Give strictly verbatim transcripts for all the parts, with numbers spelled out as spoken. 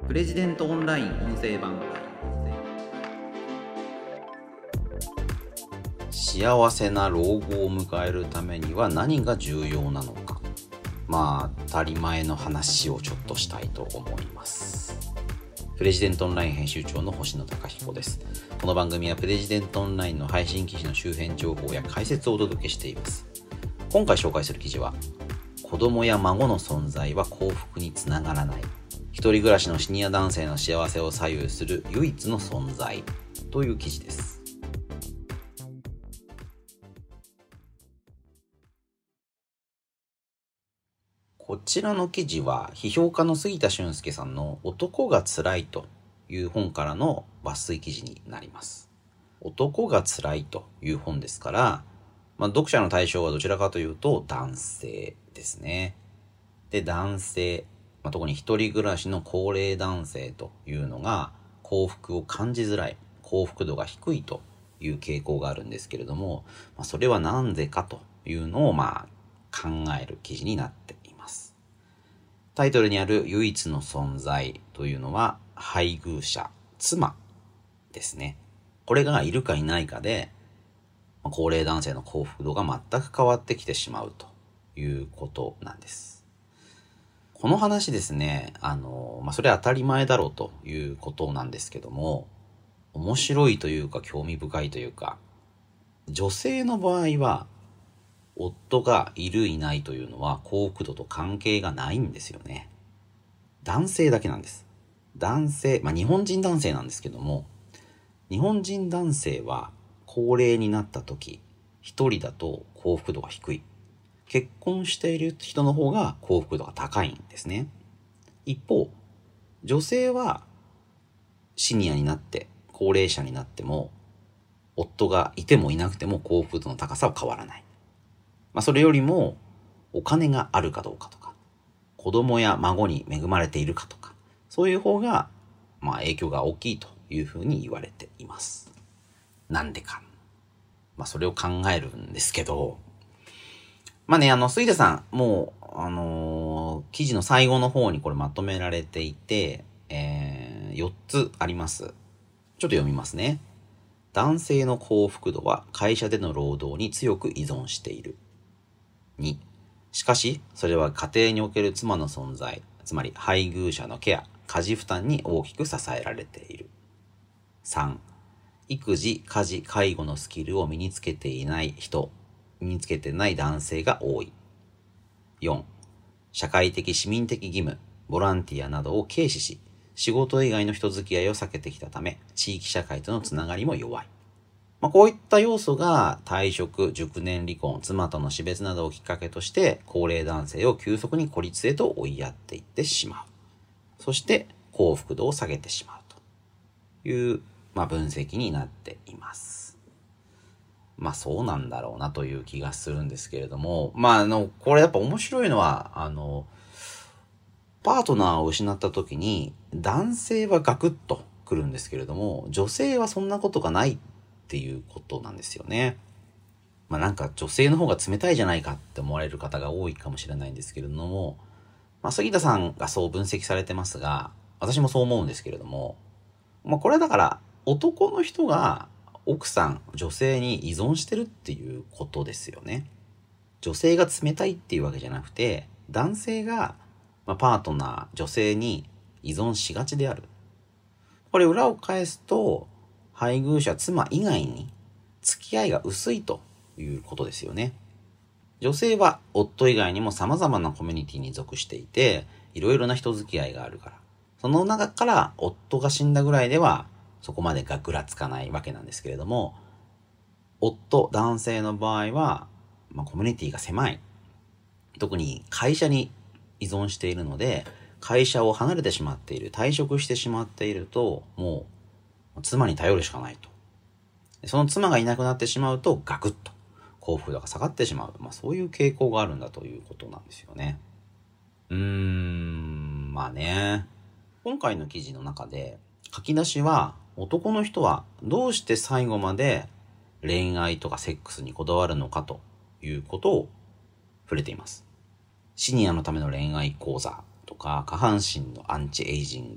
プレジデントオンライン音声版。 幸せな老後を迎えるためには何が重要なのか、まあ当たり前の話をちょっとしたいと思います。プレジデントオンライン編集長の星野貴彦です。この番組はプレジデントオンラインの配信記事の周辺情報や解説をお届けしています。今回紹介する記事は、子供や孫の存在は幸福につながらない、一人暮らしのシニア男性の幸せを左右する唯一の存在という記事です。こちらの記事は批評家の杉田俊介さんの男が辛いという本からの抜粋記事になります。男が辛いという本ですから、まあ、読者の対象はどちらかというと男性ですね。で、男性、まあ、特に一人暮らしの高齢男性というのが幸福を感じづらい、幸福度が低いという傾向があるんですけれども、まあ、それは何でかというのをまあ考える記事になっています。タイトルにある唯一の存在というのは配偶者、妻ですね。これがいるかいないかで、高齢男性の幸福度が全く変わってきてしまうということなんです。この話ですね、あの、まあ、それは当たり前だろうということなんですけども、面白いというか興味深いというか、女性の場合は、夫がいるいないというのは幸福度と関係がないんですよね。男性だけなんです。男性、まあ、日本人男性なんですけども、日本人男性は高齢になった時、一人だと幸福度が低い。結婚している人の方が幸福度が高いんですね。一方、女性はシニアになって、高齢者になっても、夫がいてもいなくても幸福度の高さは変わらない。まあ、それよりもお金があるかどうかとか、子供や孫に恵まれているかとか、そういう方が、まあ、影響が大きいというふうに言われています。なんでか。まあ、それを考えるんですけど、まあね、あの、杉田さん、もう、あのー、記事の最後の方にこれまとめられていて、えー、よっつあります。ちょっと読みますね。男性の幸福度は会社での労働に強く依存している。に、しかし、それは家庭における妻の存在、つまり配偶者のケア、家事負担に大きく支えられている。さん、育児、家事、介護のスキルを身につけていない人、身につけてない男性が多い。よん、社会的市民的義務、ボランティアなどを軽視し、仕事以外の人付き合いを避けてきたため、地域社会とのつながりも弱い。まあ、こういった要素が退職、熟年離婚、妻との死別などをきっかけとして、高齢男性を急速に孤立へと追いやっていってしまう。そして幸福度を下げてしまうという、まあ、分析になっています。まあそうなんだろうなという気がするんですけれども、まああの、これやっぱ面白いのは、あの、パートナーを失った時に男性はガクッと来るんですけれども、女性はそんなことがないっていうことなんですよね。まあなんか女性の方が冷たいじゃないかって思われる方が多いかもしれないんですけれども、まあ杉田さんがそう分析されてますが、私もそう思うんですけれども、まあこれはだから男の人が奥さん、女性に依存してるっていうことですよね。女性が冷たいっていうわけじゃなくて、男性が、まあ、パートナー、女性に依存しがちである。これ裏を返すと、配偶者、妻以外に付き合いが薄いということですよね。女性は夫以外にも様々なコミュニティに属していて、いろいろな人付き合いがあるから。その中から夫が死んだぐらいでは、そこまでがぐらつかないわけなんですけれども、夫、男性の場合は、まあ、コミュニティが狭い。特に会社に依存しているので、会社を離れてしまっている、退職してしまっていると、もう妻に頼るしかないと。その妻がいなくなってしまうと、ガクッと幸福度が下がってしまう。まあそういう傾向があるんだということなんですよね。うーん、まあね。今回の記事の中で、書き出しは、男の人はどうして最後まで恋愛とかセックスにこだわるのかということを触れています。シニアのための恋愛講座とか、下半身のアンチエイジング、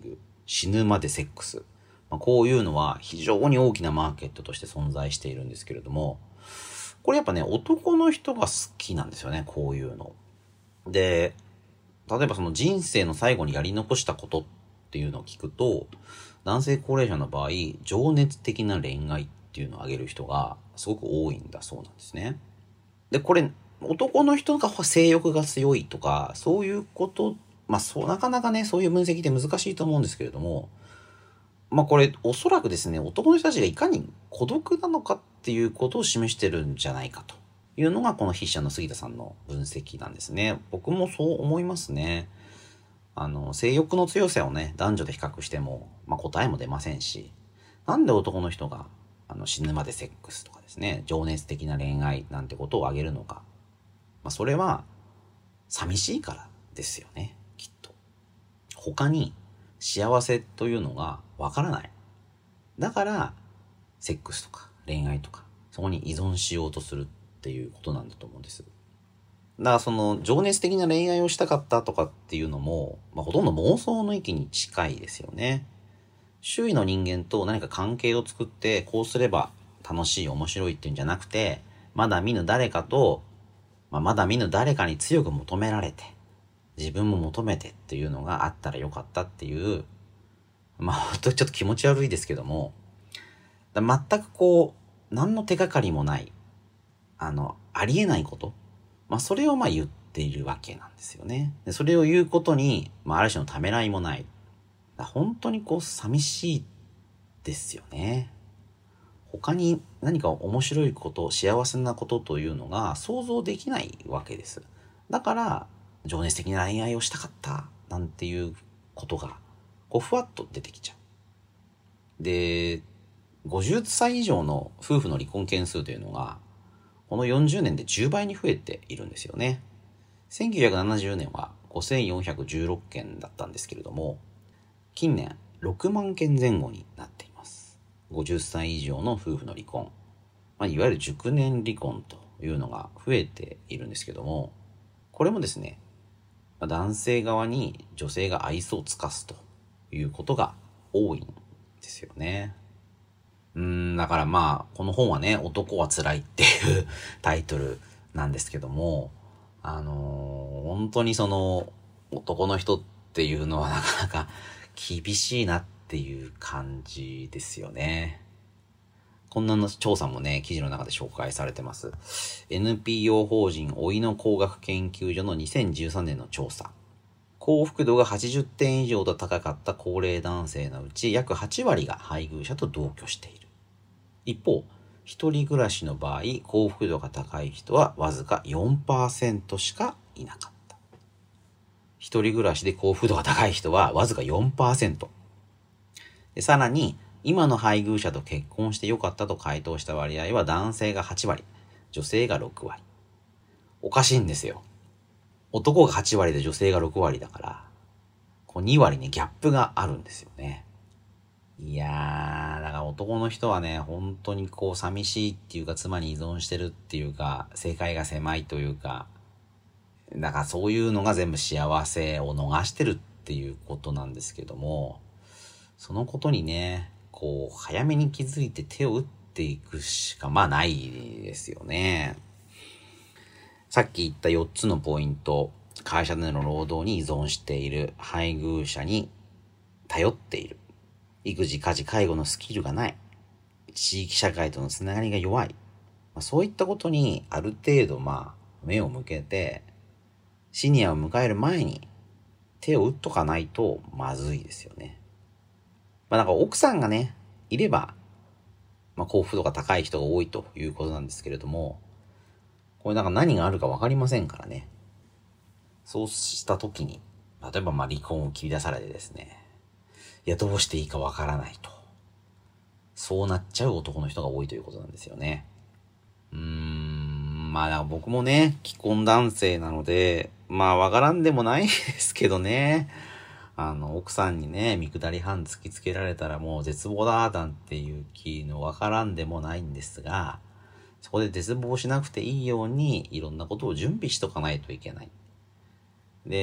死ぬまでセックス。まあ、こういうのは非常に大きなマーケットとして存在しているんですけれども、これやっぱね、男の人が好きなんですよね、こういうの。で、例えばその人生の最後にやり残したことっていうのを聞くと、男性高齢者の場合、情熱的な恋愛っていうのを挙げる人がすごく多いんだそうなんですね。で、これ、男の人が性欲が強いとか、そういうこと、まあそう、なかなかね、そういう分析って難しいと思うんですけれども、まあこれ、おそらくですね、男の人たちがいかに孤独なのかっていうことを示してるんじゃないかというのが、この筆者の杉田さんの分析なんですね。僕もそう思いますね。あの、性欲の強さをね、男女で比較しても、まあ答えも出ませんし、なんで男の人があの死ぬまでセックスとかですね、情熱的な恋愛なんてことを挙げるのか。まあそれは、寂しいからですよね、きっと。他に幸せというのがわからない。だから、セックスとか恋愛とか、そこに依存しようとするっていうことなんだと思うんです。だからその情熱的な恋愛をしたかったとかっていうのも、まあ、ほとんど妄想の域に近いですよね。周囲の人間と何か関係を作って、こうすれば楽しい、面白いっていうんじゃなくて、まだ見ぬ誰かと、まあ、まだ見ぬ誰かに強く求められて、自分も求めてっていうのがあったらよかったっていう、まあ、ほんとちょっと気持ち悪いですけども、だ全くこう、何の手がかりもない、あの、ありえないこと、まあ、それをまあ言っているわけなんですよね。で、それを言うことに、まあ、ある種のためらいもない。だ本当にこう、寂しいですよね。他に何か面白いこと、幸せなことというのが想像できないわけです。だから、情熱的な恋愛をしたかったなんていうことが、こう、ふわっと出てきちゃう。で、ごじゅっさい以上の夫婦の離婚件数というのが、このよんじゅうねんでじゅうばいに増えているんですよね。せんきゅうひゃくななじゅうねんはごせんよんひゃくじゅうろっけんだったんですけれども、近年ろくまんけんぜん後になっています。ごじゅっさい以上の夫婦の離婚。まあ、いわゆる熟年離婚というのが増えているんですけども、これもですね、男性側に女性が愛想を尽かすということが多いんですよね。うーん、だからまあ、この本はね、男は辛いっていうタイトルなんですけども、あのー、本当にその、男の人っていうのはなかなか厳しいなっていう感じですよね。こんなの調査もね、記事の中で紹介されてます。エヌピーオー 法人老いの工学研究所のにせんじゅうさんねんの調査。幸福度がはちじゅってん以上と高かった高齢男性のうち約はちわりが配偶者と同居している。一方、一人暮らしの場合、幸福度が高い人はわずか よんパーセント しかいなかった。一人暮らしで幸福度が高い人はわずか よんパーセント。で、さらに、今の配偶者と結婚してよかったと回答した割合は男性がはちわり、女性がろくわり。おかしいんですよ。男がはちわりで女性がろくわりだから、こうにわりね、ギャップがあるんですよね。いやー、だから男の人はね、本当にこう寂しいっていうか、妻に依存してるっていうか、世界が狭いというか、だからそういうのが全部幸せを逃してるっていうことなんですけども、そのことにね、こう、早めに気づいて手を打っていくしか、まあないですよね。さっき言ったよっつのポイント、会社での労働に依存している、配偶者に頼っている、育児、家事、介護のスキルがない、地域社会とのつながりが弱い、まあ、そういったことにある程度まあ目を向けて、シニアを迎える前に手を打っとかないとまずいですよね。まあなんか奥さんがね、いれば、まあ幸福度が高い人が多いということなんですけれども、これなんか何があるかわかりませんからね。そうした時に、例えばまあ離婚を切り出されてですね、いやどうしていいかわからないと。そうなっちゃう男の人が多いということなんですよね。うーん、まあだから僕もね、既婚男性なので、まあわからんでもないですけどね。あの、奥さんにね、見下り班突きつけられたらもう絶望だーなんていう気のわからんでもないんですが、そこで絶望しなくていいようにいろんなことを準備しとかないといけない。で、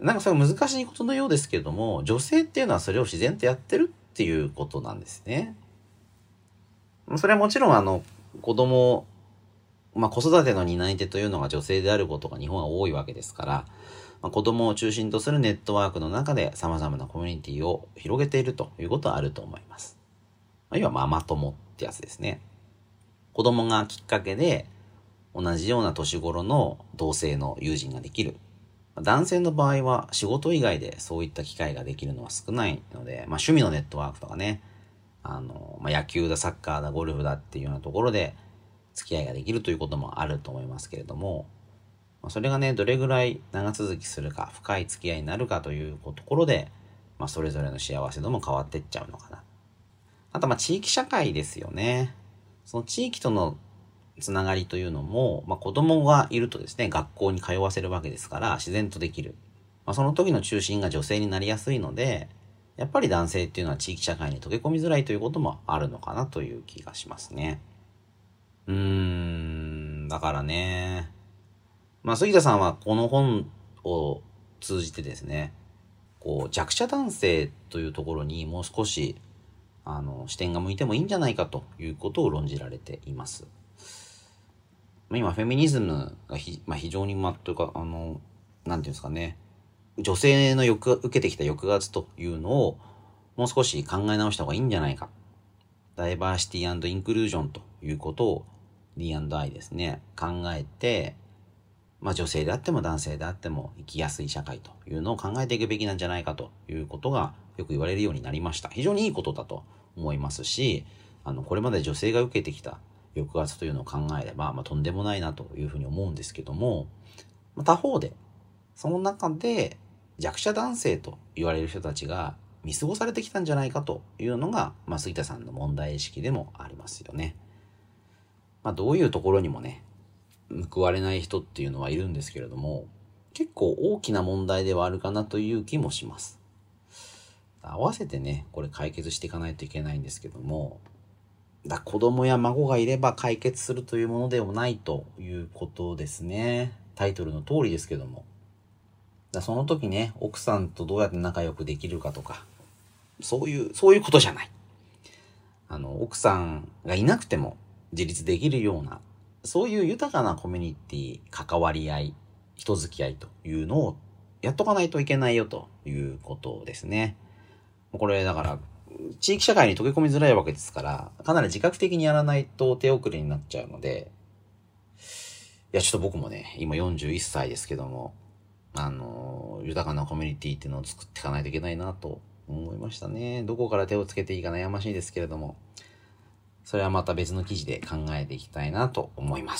なんかそれは難しいことのようですけれども、女性っていうのはそれを自然とやってるっていうことなんですね。それはもちろんあの、子供、まあ子育ての担い手というのが女性であることが日本は多いわけですから、まあ、子供を中心とするネットワークの中で様々なコミュニティを広げているということはあると思います。まあ、要はママ友ってやつですね。子供がきっかけで同じような年頃の同性の友人ができる。男性の場合は仕事以外でそういった機会ができるのは少ないので、まあ、趣味のネットワークとかね、あの、まあ、野球だ、サッカーだ、ゴルフだっていうようなところで付き合いができるということもあると思いますけれども、それがね、どれぐらい長続きするか、深い付き合いになるかというところで、まあ、それぞれの幸せ度も変わっていっちゃうのかな。あと、まあ、地域社会ですよね。その地域とのつながりというのも、まあ、子供がいるとですね、学校に通わせるわけですから、自然とできる。まあ、その時の中心が女性になりやすいので、やっぱり男性っていうのは地域社会に溶け込みづらいということもあるのかなという気がしますね。うーん、だからね、まあ、杉田さんはこの本を通じてですね、こう弱者男性というところにもう少しあの視点が向いてもいいんじゃないかということを論じられています。今フェミニズムがひ、まあ、非常にまというかあのなんていうんですかね、女性の欲受けてきた抑圧というのをもう少し考え直した方がいいんじゃないか。ダイバーシティ&インクルージョンということを ディーアンドアイ ですね、考えて。まあ女性であっても男性であっても生きやすい社会というのを考えていくべきなんじゃないかということがよく言われるようになりました。非常にいいことだと思いますし、あの、これまで女性が受けてきた抑圧というのを考えれば、まあとんでもないなというふうに思うんですけども、他方で、その中で弱者男性と言われる人たちが見過ごされてきたんじゃないかというのが、まあ杉田さんの問題意識でもありますよね。まあどういうところにもね、報われない人っていうのはいるんですけれども、結構大きな問題ではあるかなという気もします。合わせてね、これ解決していかないといけないんですけども、だ子供や孫がいれば解決するというものでもないということですね。タイトルの通りですけども。だその時ね、奥さんとどうやって仲良くできるかとか、そういう、そういうことじゃない。あの、奥さんがいなくても自立できるような、そういう豊かなコミュニティ、関わり合い、人付き合いというのをやっとかないといけないよということですね。これだから、地域社会に溶け込みづらいわけですから、かなり自覚的にやらないと手遅れになっちゃうので、いや、ちょっと僕もね、今よんじゅういっさいですけども、あの、豊かなコミュニティっていうのを作っていかないといけないなと思いましたね。どこから手をつけていいか悩ましいですけれども、それはまた別の記事で考えていきたいなと思います。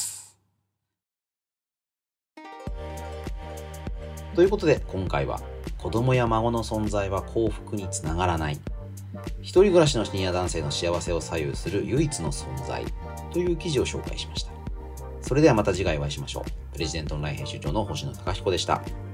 ということで今回は子供や孫の存在は幸福につながらない、一人暮らしのシニア男性の幸せを左右する唯一の存在という記事を紹介しました。それではまた次回お会いしましょう。プレジデントオンライン編集長の星野貴彦でした。